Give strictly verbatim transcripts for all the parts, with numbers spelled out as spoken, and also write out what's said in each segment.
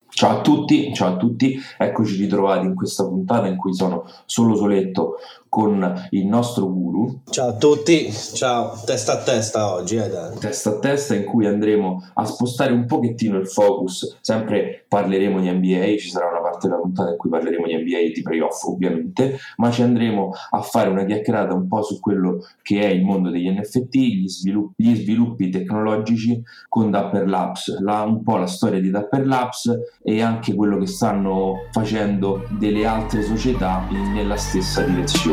Ciao a tutti, ciao a tutti, eccoci ritrovati in questa puntata in cui sono solo soletto con il nostro guru. Ciao a tutti, ciao, testa a testa oggi, eh dai. Testa a testa, in cui andremo a spostare un pochettino il focus, sempre parleremo di N B A, ci sarà una parte della puntata in cui parleremo di N B A e di playoff ovviamente, ma ci andremo a fare una chiacchierata un po' su quello che è il mondo degli N F T, gli sviluppi, gli sviluppi tecnologici con Dapper Labs, la, un po' la storia di Dapper Labs e anche quello che stanno facendo delle altre società in, nella stessa direzione.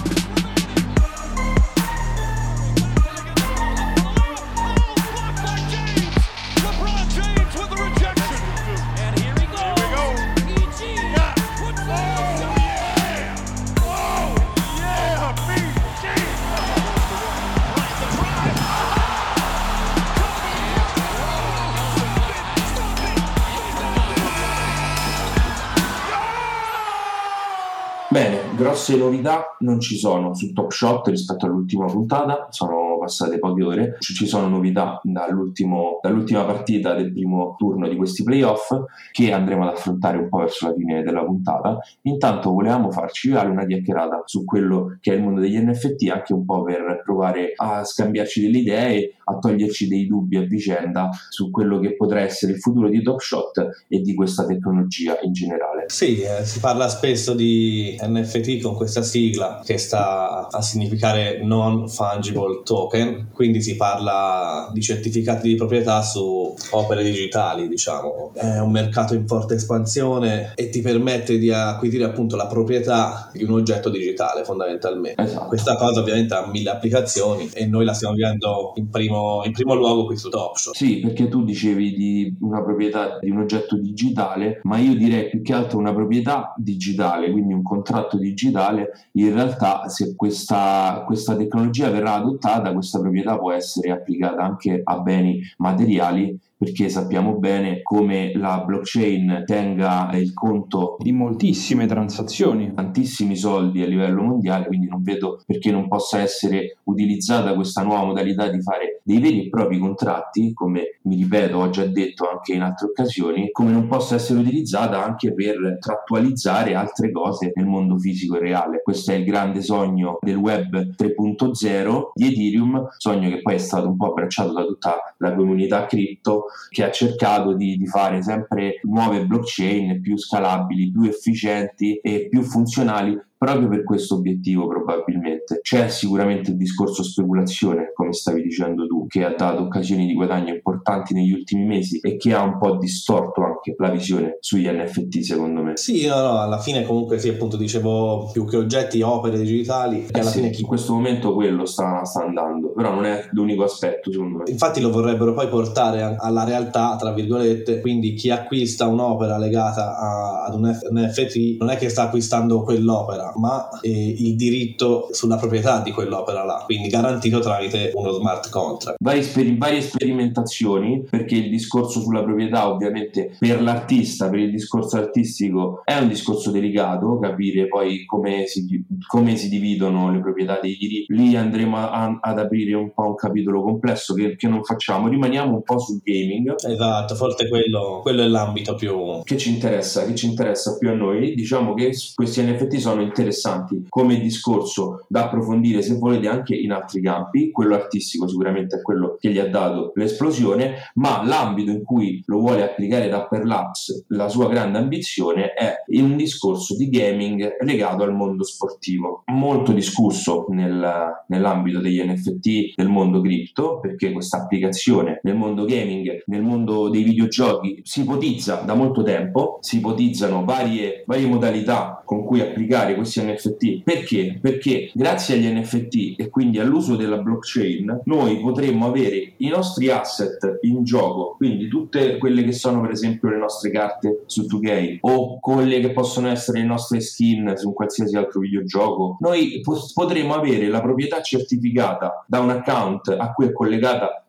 Bene, grosse novità non ci sono su Top Shot rispetto all'ultima puntata, sono passate poche ore, ci sono novità dall'ultimo, dall'ultima partita del primo turno di questi playoff che andremo ad affrontare un po' verso la fine della puntata. Intanto volevamo farci una chiacchierata su quello che è il mondo degli N F T, anche un po' per provare a scambiarci delle idee, a toglierci dei dubbi a vicenda su quello che potrà essere il futuro di Top Shot e di questa tecnologia in generale. Sì, eh, si parla spesso di N F T con questa sigla che sta a significare non fungible token, quindi si parla di certificati di proprietà su opere digitali, diciamo. È un mercato in forte espansione e ti permette di acquisire appunto la proprietà di un oggetto digitale fondamentalmente. Esatto. Questa cosa ovviamente ha mille applicazioni e noi la stiamo vivendo in primo, in primo luogo qui su Top Shot. Sì, perché tu dicevi di una proprietà di un oggetto digitale, ma io direi più che altro una proprietà digitale, quindi un contratto digitale. In realtà se questa, questa tecnologia verrà adottata, questa proprietà può essere applicata anche a beni materiali, perché sappiamo bene come la blockchain tenga il conto di moltissime transazioni, tantissimi soldi a livello mondiale, quindi non vedo perché non possa essere utilizzata questa nuova modalità di fare dei veri e propri contratti, come mi ripeto, ho già detto anche in altre occasioni, come non possa essere utilizzata anche per trattualizzare altre cose nel mondo fisico e reale. Questo è il grande sogno del web tre punto zero di Ethereum, sogno che poi è stato un po' abbracciato da tutta la comunità cripto, che ha cercato di, di fare sempre nuove blockchain più scalabili, più efficienti e più funzionali proprio per questo obiettivo. Probabilmente c'è sicuramente il discorso speculazione, come stavi dicendo tu, che ha dato occasioni di guadagno importanti negli ultimi mesi e che ha un po' distorto anche la visione sugli N F T, secondo me. Sì, no, no, alla fine comunque sì, appunto dicevo, più che oggetti, opere digitali, eh alla sì, fine chi... in questo momento quello sta, sta andando, però non è l'unico aspetto, secondo me. Infatti lo vorrebbero poi portare alla realtà, tra virgolette, quindi chi acquista un'opera legata a, ad un N F T non è che sta acquistando quell'opera, ma eh, il diritto sulla proprietà di quell'opera là, quindi garantito tramite uno smart contract. Vari speri- varie sperimentazioni, perché il discorso sulla proprietà ovviamente per l'artista, per il discorso artistico è un discorso delicato, capire poi come si, come si dividono le proprietà dei diritti. Lì andremo a, ad aprire un po' un capitolo complesso che, che non facciamo, rimaniamo un po' sul gaming. Esatto, forse quello, quello è l'ambito più... che ci interessa, che ci interessa più a noi. Diciamo che questi N F T sono interessanti come discorso da approfondire, se volete, anche in altri campi. Quello artistico sicuramente è quello che gli ha dato l'esplosione, ma l'ambito in cui lo vuole applicare Dapper Labs, la sua grande ambizione, è un discorso di gaming legato al mondo sportivo, molto discusso nel, nell'ambito degli N F T del mondo cripto, perché questa applicazione nel mondo gaming, nel mondo dei videogiochi si ipotizza da molto tempo, si ipotizzano varie, varie modalità con cui applicare questi N F T. Perché? Perché grazie agli N F T e quindi all'uso della blockchain noi potremmo avere i nostri asset in gioco, quindi tutte quelle che sono per esempio le nostre carte su due K o quelle che possono essere le nostre skin su un qualsiasi altro videogioco. Noi po- potremmo avere la proprietà certificata da un account a cui è collegata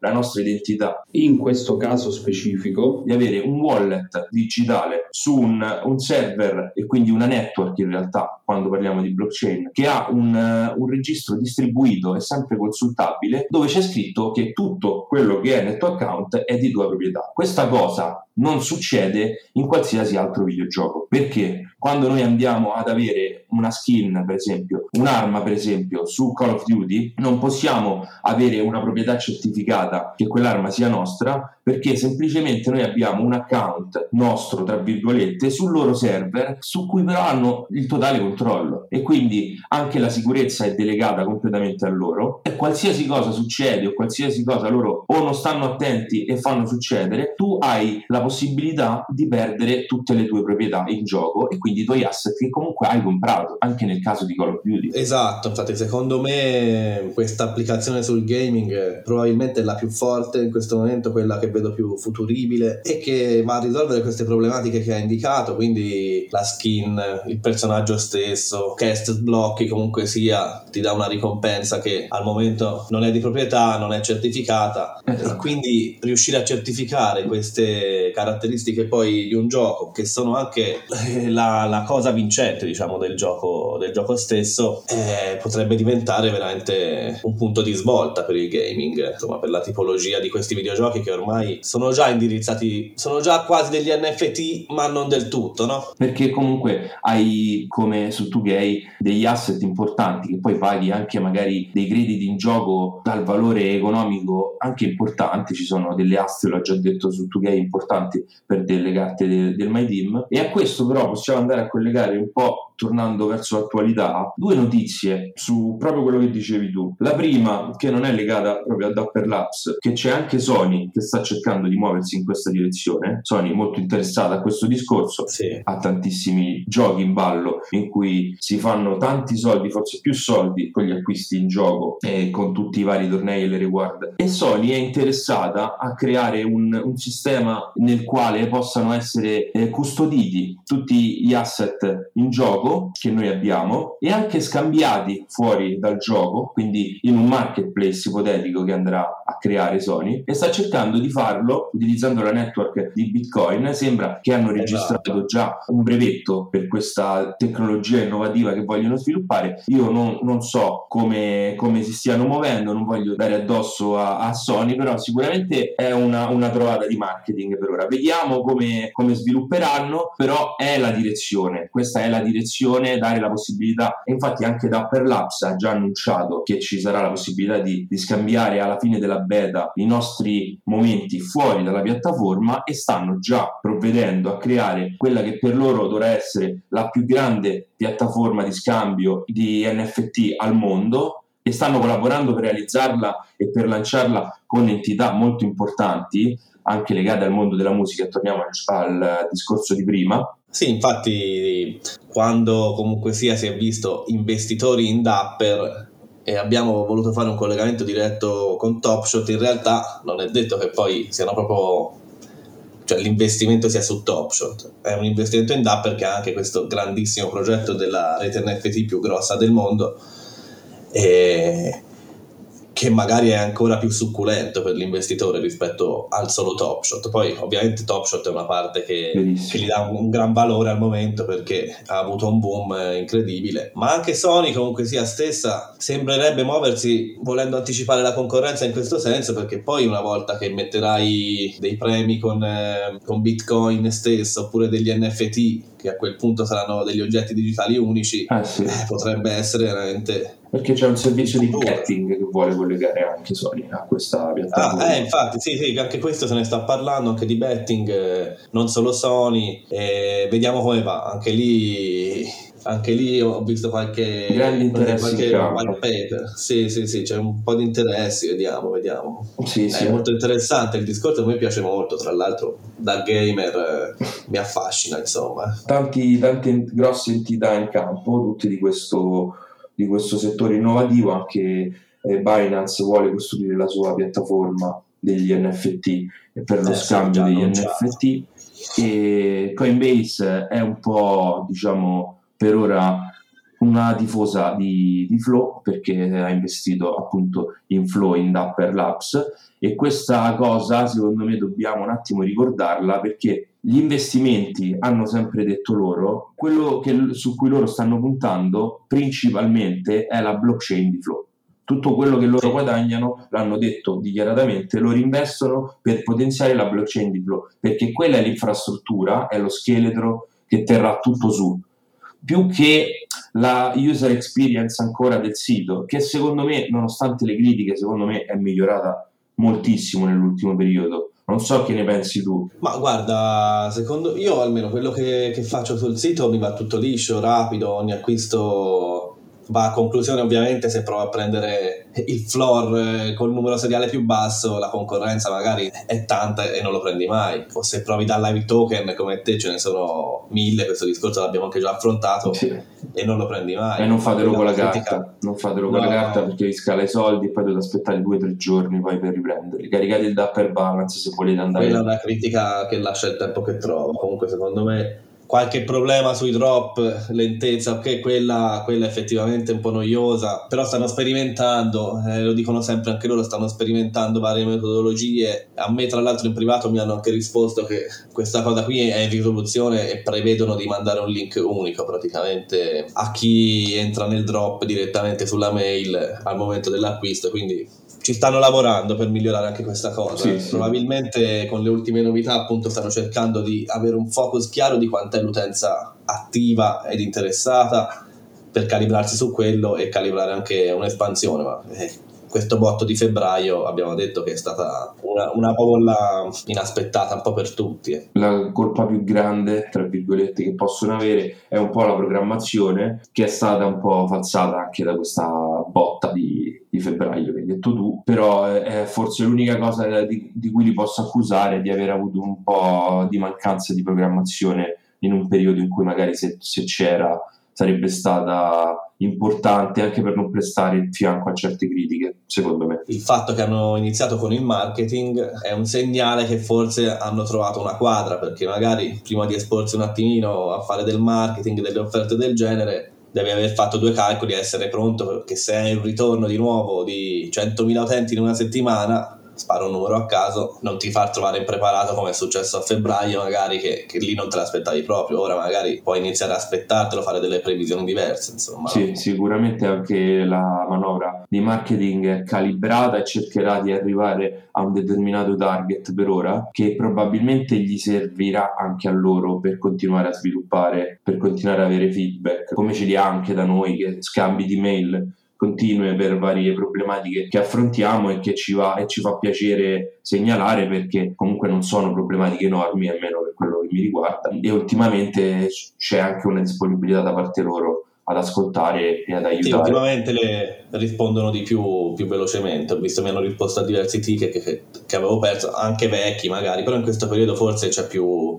la nostra identità. In questo caso specifico, di avere un wallet digitale su un, un server e quindi una network in realtà, quando parliamo di blockchain, che ha un, un registro distribuito e sempre consultabile, dove c'è scritto che tutto quello che è nel tuo account è di tua proprietà. Questa cosa non succede in qualsiasi altro videogioco, perché quando noi andiamo ad avere una skin, per esempio un'arma per esempio su Call of Duty, non possiamo avere una proprietà certificata che quell'arma sia nostra, perché semplicemente noi abbiamo un account nostro tra virgolette sul loro server, su cui però hanno il totale controllo, e quindi anche la sicurezza è delegata completamente a loro, e qualsiasi cosa succede o qualsiasi cosa loro o non stanno attenti e fanno succedere, tu hai la possibilità di perdere tutte le tue proprietà in gioco e quindi i tuoi asset che comunque hai comprato, anche nel caso di Call of Duty. Esatto, infatti secondo me questa applicazione sul gaming probabilmente è la più forte in questo momento, quella che vedo più futuribile e che va a risolvere queste problematiche che hai indicato, quindi la skin, il personaggio stesso, cast blocchi, comunque sia ti dà una ricompensa che al momento non è di proprietà, non è certificata, esatto. E quindi riuscire a certificare queste caratteristiche poi di un gioco, che sono anche la, la cosa vincente diciamo del gioco, del gioco stesso, eh, potrebbe diventare veramente un punto di svolta per il gaming, insomma, per la tipologia di questi videogiochi che ormai sono già indirizzati, sono già quasi degli N F T, ma non del tutto, no? Perché comunque hai, come su two K, degli asset importanti che poi paghi anche magari dei crediti in gioco dal valore economico anche importante. Ci sono delle aste, l'ho già detto, su two K importanti per delle carte de- del My Team, e a questo però possiamo andare a collegare un po', tornando verso l'attualità, due notizie su proprio quello che dicevi tu. La prima, che non è legata proprio a Dapper Labs, che c'è anche Sony che sta cercando di muoversi in questa direzione. Sony molto interessata a questo discorso, sì. Ha tantissimi giochi in ballo in cui si fanno tanti soldi, forse più soldi con gli acquisti in gioco e con tutti i vari tornei e le reward, e Sony è interessata a creare un, un sistema nel quale possano essere eh, custoditi tutti gli asset in gioco che noi abbiamo e anche scambiati fuori dal gioco, quindi in un marketplace ipotetico che andrà a creare Sony, e sta cercando di farlo utilizzando la network di Bitcoin. Sembra che hanno registrato esatto. già un brevetto per questa tecnologia innovativa che vogliono sviluppare. Io non, non so come, come si stiano muovendo, non voglio dare addosso a, a Sony, però sicuramente è una, una trovata di marketing per ora. Vediamo come, come svilupperanno, però è la direzione, questa è la direzione, dare la possibilità, e infatti anche Dapper Labs ha già annunciato che ci sarà la possibilità di, di scambiare alla fine della beta i nostri momenti fuori dalla piattaforma, e stanno già provvedendo a creare quella che per loro dovrà essere la più grande piattaforma di scambio di N F T al mondo, e stanno collaborando per realizzarla e per lanciarla con entità molto importanti anche legate al mondo della musica. Torniamo al, al discorso di prima. Sì, infatti quando comunque sia si è visto investitori in Dapper e abbiamo voluto fare un collegamento diretto con Top Shot, in realtà non è detto che poi siano proprio, cioè l'investimento sia su Top Shot, è un investimento in Dapper che ha anche questo grandissimo progetto della rete N F T più grossa del mondo, e che magari è ancora più succulento per l'investitore rispetto al solo Top Shot. Poi ovviamente Top Shot è una parte che, che gli dà un, un gran valore al momento perché ha avuto un boom incredibile, ma anche Sony comunque sia stessa sembrerebbe muoversi volendo anticipare la concorrenza in questo senso, perché poi una volta che metterai dei premi con, eh, con Bitcoin stesso oppure degli N F T che a quel punto saranno degli oggetti digitali unici, ah, sì. eh, potrebbe essere veramente, perché c'è un servizio di betting che vuole collegare anche Sony a questa piattaforma. Ah, eh, infatti, sì, sì, anche questo se ne sta parlando, anche di betting, eh, non solo Sony, eh, vediamo come va, anche lì, anche lì ho visto qualche, grandi interessi qualche white paper, sì, sì, sì, c'è un po' di interessi, vediamo, vediamo. Sì, è sì. molto interessante il discorso, a me piace molto, tra l'altro da gamer eh, mi affascina, insomma. Tanti, tante grosse entità in campo, tutte di questo di questo settore innovativo. Anche eh, Binance vuole costruire la sua piattaforma degli N F T per lo eh, scambio degli annunciato. N F T, e Coinbase è un po', diciamo, per ora una tifosa di, di Flow, perché ha investito appunto in Flow in Dapper Labs, e questa cosa secondo me dobbiamo un attimo ricordarla, perché gli investimenti, hanno sempre detto loro, quello che, su cui loro stanno puntando principalmente è la blockchain di Flow. Tutto quello che loro guadagnano, l'hanno detto dichiaratamente, lo reinvestono per potenziare la blockchain di Flow, perché quella è l'infrastruttura, è lo scheletro che terrà tutto su, più che la user experience ancora del sito, che secondo me, nonostante le critiche, secondo me è migliorata moltissimo nell'ultimo periodo. Non so che ne pensi tu. Ma guarda, secondo io almeno quello che, che faccio sul sito mi va tutto liscio, rapido, ogni acquisto va a conclusione. Ovviamente se provo a prendere il floor eh, col numero seriale più basso, la concorrenza magari è tanta e non lo prendi mai, o se provi da live token come te ce ne sono mille, questo discorso l'abbiamo anche già affrontato, sì, e non lo prendi mai. E non fatelo con la carta, non fatelo con no. la carta, perché vi scala i soldi e poi dovete aspettare due o tre giorni poi per riprenderli. Caricate il Dapper Balance se volete andare. Quella è una critica che lascia il tempo che trova. Comunque secondo me qualche problema sui drop, lentezza, ok, quella, quella effettivamente è un po' noiosa, però stanno sperimentando, eh, lo dicono sempre anche loro, stanno sperimentando varie metodologie. A me tra l'altro in privato mi hanno anche risposto che questa cosa qui è in risoluzione e prevedono di mandare un link unico praticamente a chi entra nel drop direttamente sulla mail al momento dell'acquisto, quindi ci stanno lavorando per migliorare anche questa cosa. Sì, sì. Probabilmente con le ultime novità appunto stanno cercando di avere un focus chiaro di quant'è l'utenza attiva ed interessata per calibrarsi su quello e calibrare anche un'espansione, ma eh, questo botto di febbraio abbiamo detto che è stata una, una bolla inaspettata un po' per tutti. Eh. La colpa più grande, tra virgolette, che possono avere è un po' la programmazione, che è stata un po' falsata anche da questa botta di, di febbraio che hai detto tu, però è forse l'unica cosa di, di cui li posso accusare di aver avuto un po' di mancanza di programmazione in un periodo in cui magari se, se c'era sarebbe stata importante anche per non prestare il fianco a certe critiche, secondo me. Il fatto che hanno iniziato con il marketing è un segnale che forse hanno trovato una quadra, perché magari prima di esporsi un attimino a fare del marketing, delle offerte del genere, devi aver fatto due calcoli e essere pronto, perché se hai un ritorno di nuovo di centomila utenti in una settimana, sparo un numero a caso, non ti far trovare impreparato come è successo a febbraio magari, che, che lì non te l'aspettavi proprio. Ora magari puoi iniziare a aspettartelo, fare delle previsioni diverse, insomma. Sì, sicuramente anche la manovra di marketing è calibrata e cercherà di arrivare a un determinato target per ora, che probabilmente gli servirà anche a loro per continuare a sviluppare, per continuare ad avere feedback, come ce li ha anche da noi, che scambi di mail continue per varie problematiche che affrontiamo e che ci va e ci fa piacere segnalare, perché comunque non sono problematiche enormi, almeno per quello che mi riguarda, e ultimamente c'è anche una disponibilità da parte loro ad ascoltare e ad aiutare. Sì, ultimamente le rispondono di più, più velocemente. Ho visto, mi hanno risposto a diversi ticket che, che avevo perso, anche vecchi magari, però in questo periodo forse c'è più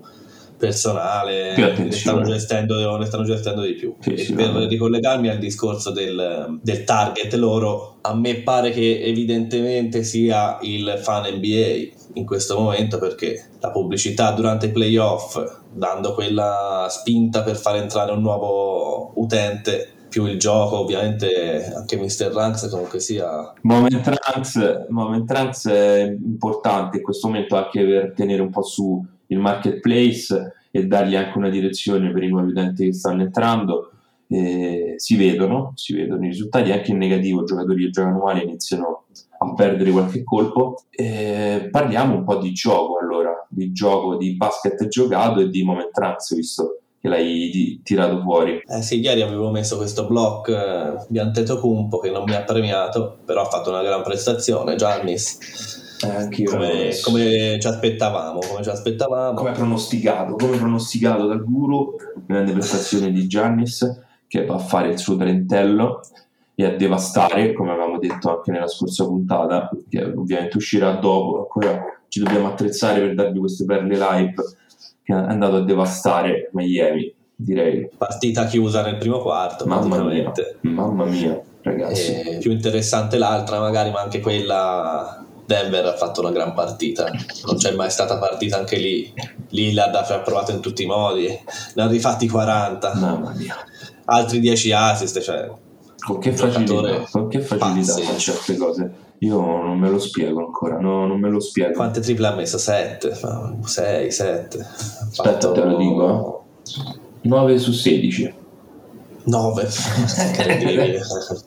personale, le stanno gestendo, le stanno gestendo di più. Sì, sì, per no. ricollegarmi al discorso del, del target loro, a me pare che evidentemente sia il fan N B A in questo momento, perché la pubblicità durante i playoff, dando quella spinta per far entrare un nuovo utente, più il gioco, ovviamente anche mister Ranks comunque sia Moment Ranks, Moment Ranks è importante in questo momento anche per tenere un po' su il marketplace e dargli anche una direzione per i nuovi utenti che stanno entrando. Eh, si vedono si vedono i risultati anche in negativo, giocatori che giocano male iniziano a perdere qualche colpo. Eh, parliamo un po' di gioco allora, di gioco, di basket giocato e di Moment Ranks, visto che l'hai di, tirato fuori. Eh sì, ieri avevo messo questo block eh, di Antetokounmpo che non mi ha premiato, però ha fatto una gran prestazione Giannis. Eh, anch'io come, come ci aspettavamo come ci aspettavamo come pronosticato come pronosticato dal guru. Grande prestazione di Giannis, che va a fare il suo trentello e a devastare, come avevamo detto anche nella scorsa puntata, che ovviamente uscirà dopo. Ancora ci dobbiamo attrezzare per darvi queste perle live, che è andato a devastare Miami, direi. Partita chiusa nel primo quarto, mamma mia mamma mia ragazzi. E più interessante l'altra magari, ma anche quella Denver ha fatto una gran partita, non c'è mai stata partita anche lì. Lillard ha provato in tutti i modi, ne ha rifatti quaranta. Mamma mia. altri dieci assist, cioè con che facilità, con che facilità fa certe cose. Io non me lo spiego ancora, no, non me lo spiego. Quante triple ha messo? sette, sei, sette. Aspetta, fatto... te lo dico. nove su sedici. nove. Incredibile.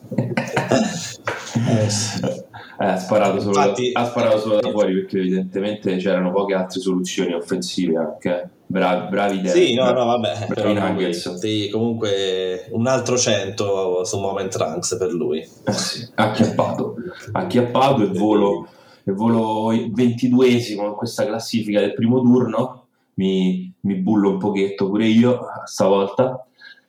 eh, sì. eh, ha sparato solo, Infatti, ha sparato solo da fuori, perché evidentemente c'erano poche altre soluzioni offensive anche. Bravi, bravi idee. Sì, no, no, vabbè. Bravi però Nuggets. Sì, comunque un altro cento su Moment Ranks per lui. Eh sì, acchiappato, acchiappato e volo, e volo ventiduesimo in questa classifica del primo turno. Mi, mi bullo un pochetto pure io stavolta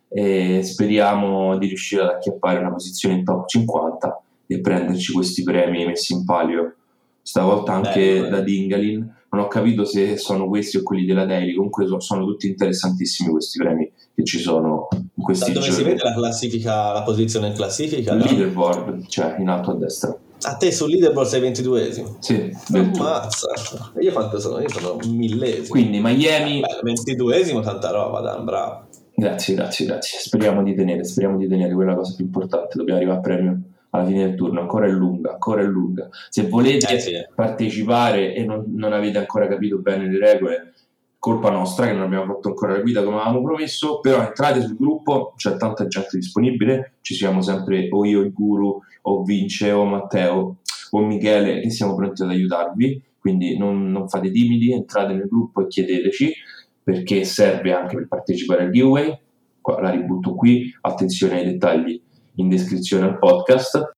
e speriamo di riuscire ad acchiappare una posizione in top cinquanta e prenderci questi premi messi in palio stavolta anche Beh, da Dingalin. Non ho capito se sono questi o quelli della Daily, comunque so, sono tutti interessantissimi questi premi che ci sono in questi da dove giorni. Si vede la classifica, la posizione in classifica? Il no? leaderboard, cioè in alto a destra. A te sul leaderboard sei ventiduesimo? Sì, ammazza. Io quanto sono? Io sono millesimo. Quindi Miami... Beh, ventiduesimo, tanta roba, Dan, bravo. Grazie, grazie, grazie. Speriamo di tenere, speriamo di tenere quella cosa più importante. Dobbiamo arrivare a premio alla fine del turno, ancora è lunga, ancora è lunga. Se volete eh sì. partecipare e non, non avete ancora capito bene le regole, colpa nostra che non abbiamo fatto ancora la guida come avevamo promesso, però entrate sul gruppo, c'è tanta gente disponibile, ci siamo sempre o io il guru o Vince o Matteo o Michele che siamo pronti ad aiutarvi, quindi non, non fate timidi, entrate nel gruppo e chiedeteci, perché serve anche per partecipare al giveaway. Qua, la ributto qui, attenzione ai dettagli in descrizione al podcast.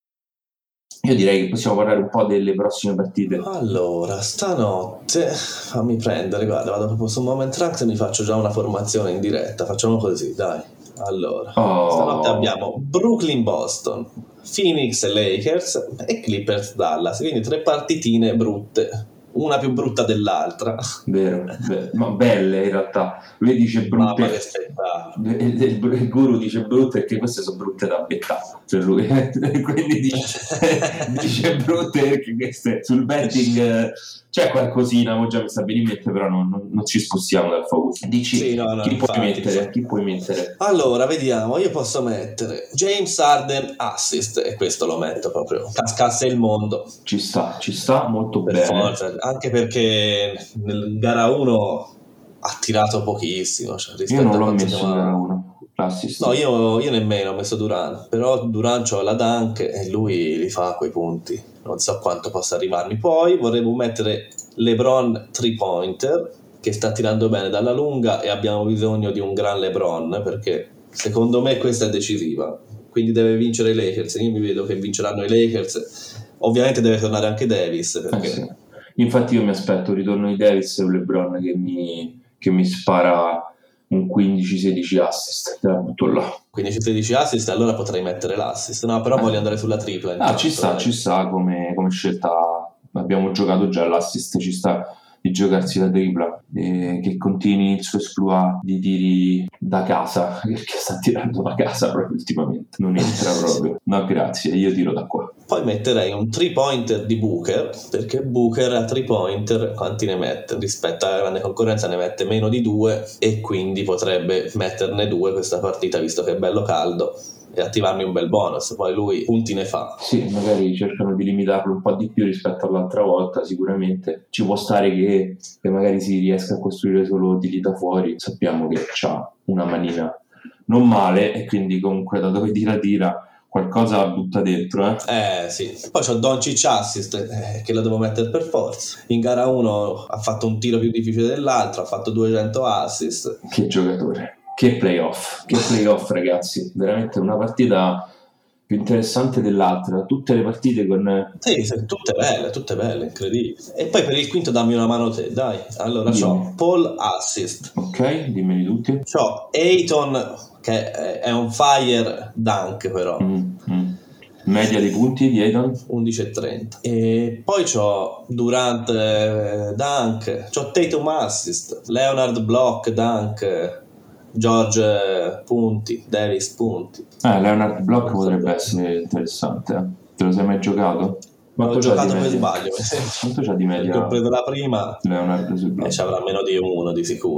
Io direi che possiamo parlare un po' delle prossime partite. Allora, stanotte fammi prendere, guarda, vado proprio su Moment Ranks e mi faccio già una formazione in diretta. Facciamo così, dai. Allora, oh. stanotte abbiamo Brooklyn Boston, Phoenix Lakers e Clippers Dallas, quindi tre partitine brutte, una più brutta dell'altra. Vero, vero. Ma belle in realtà. Lui dice brutte. Il, il, il guru dice brutte perché queste sono brutte da beccare per lui. Quindi dice, dice brutte perché queste sul betting c'è qualcosina, mo già mi sta bene in mente, però non, non, non ci spostiamo dal focus. Dici sì, no, no, chi infatti, puoi mettere? Chi puoi mettere? Allora, vediamo, io posso mettere James Harden assist e questo lo metto proprio. Cascasse il mondo. Ci sta, ci sta molto per bene. Forza, anche perché nel gara uno ha tirato pochissimo, cioè, rispetto io non a l'ho messo siamo... in gara uno. L'assist. No, io, io nemmeno ho messo Durant, però Durant c'ho la dunk e lui li fa quei punti, non so quanto possa arrivarmi. Poi volevo mettere LeBron three pointer che sta tirando bene dalla lunga e abbiamo bisogno di un gran LeBron perché secondo me questa è decisiva, quindi deve vincere i Lakers. Io mi vedo che vinceranno i Lakers, ovviamente deve tornare anche Davis perché... eh sì. Infatti io mi aspetto il ritorno di Davis e un LeBron che mi, che mi spara un quindici sedici assist, te la butto là. quindici sedici assist, allora potrei mettere l'assist. No, però eh. voglio andare sulla tripla. Ah, ci sta, ci sta come, come scelta. Abbiamo giocato già l'assist, ci sta di giocarsi la tripla e che continui il suo exploit di tiri da casa, perché sta tirando da casa proprio ultimamente, non entra proprio. No, grazie, io tiro da qua. Poi metterei un three pointer di Booker, perché Booker a three pointer quanti ne mette? Rispetto alla grande concorrenza ne mette meno di due e quindi potrebbe metterne due questa partita visto che è bello caldo e attivarmi un bel bonus. Poi lui punti ne fa. Sì, magari cercano di limitarlo un po' di più rispetto all'altra volta. Sicuramente ci può stare che, che magari si riesca a costruire solo tiri da fuori. Sappiamo che c'ha una manina non male e quindi comunque da dove tira tira qualcosa la butta dentro, eh? Eh sì. Poi c'ho Doncic assist eh, che la devo mettere per forza. In gara uno ha fatto un tiro più difficile dell'altro, ha fatto duecento assist. Che giocatore, che playoff, che playoff ragazzi, veramente una partita più interessante dell'altra, tutte le partite con... Sì, tutte belle, tutte belle, incredibili. E poi per il quinto dammi una mano te, dai. Allora dimmi. C'ho Paul assist. Ok, dimmeli tutti. C'ho Ayton che è un fire dunk però. Mm, mm. Media dei punti di Ayton? undici e trenta. E poi c'ho Durant eh, dunk, c'ho Tatum assist, Leonard block dunk, George eh, punti, Davis punti. Eh, Leonard block potrebbe essere interessante, eh. Te lo sei mai giocato? Quanto ho giocato per sbaglio. Quanto c'ha di media? Perché ho preso la prima Leonard sul block. E ci avrà meno di uno di sicuro.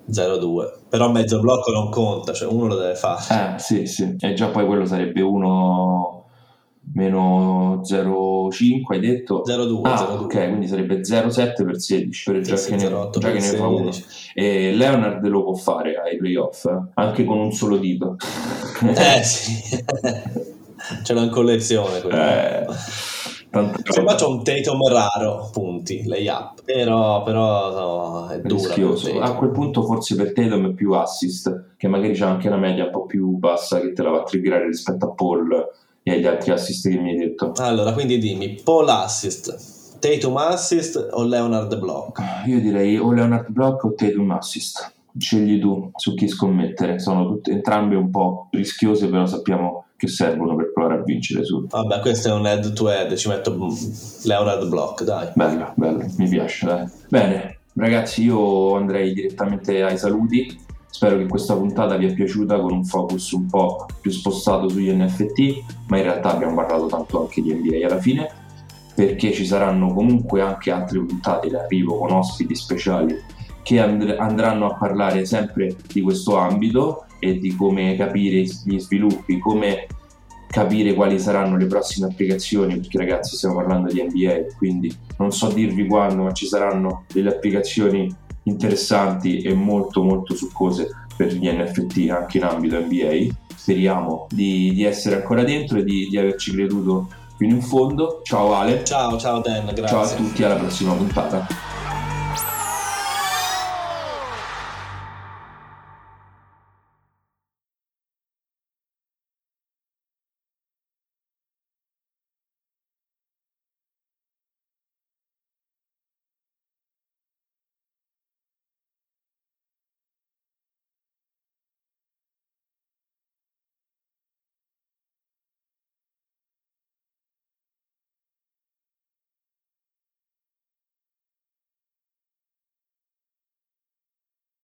zero due. Però mezzo blocco non conta, cioè uno lo deve fare. Eh sì sì, e già poi quello sarebbe uno meno zero virgola cinque hai detto? zero virgola due. Ah, zero virgola due. ok, quindi sarebbe zero virgola sette per sedici, per Sì, già, sì, che, ne, zero virgola otto già che per ne fa uno. sedici. E Leonard lo può fare ai playoff, eh? Anche con un solo dito. Eh sì. Ce l'ho in collezione quello. Eh, tanta Se roba. faccio un Tatum raro, punti, layup. Però, però no, è dura. Rischioso. per A quel punto forse per Tatum è più assist, che magari c'è anche una media un po' più bassa che te la va a triggerare rispetto a Paul e agli altri assist che mi hai detto. Allora, quindi dimmi, Paul assist, Tatum assist o Leonard block? Io direi o Leonard block o Tatum assist. Scegli tu su chi scommettere. Sono tutte entrambe un po' rischiose, però sappiamo che servono per provare a vincere su. Vabbè, questo è un head to head, ci metto Leonard block, dai. Bello, bello, mi piace, dai. Bene, ragazzi, io andrei direttamente ai saluti. Spero che questa puntata vi è piaciuta, con un focus un po' più spostato sugli N F T, ma in realtà abbiamo parlato tanto anche di N B A alla fine, perché ci saranno comunque anche altre puntate in arrivo con ospiti speciali che and- andranno a parlare sempre di questo ambito e di come capire gli sviluppi, come capire quali saranno le prossime applicazioni, perché ragazzi stiamo parlando di N B A, quindi non so dirvi quando, ma ci saranno delle applicazioni interessanti e molto molto succose per gli N F T anche in ambito N B A. Speriamo di, di essere ancora dentro e di, di averci creduto fino in fondo. Ciao Ale. Ciao, ciao Dan, grazie. Ciao a tutti, alla prossima puntata.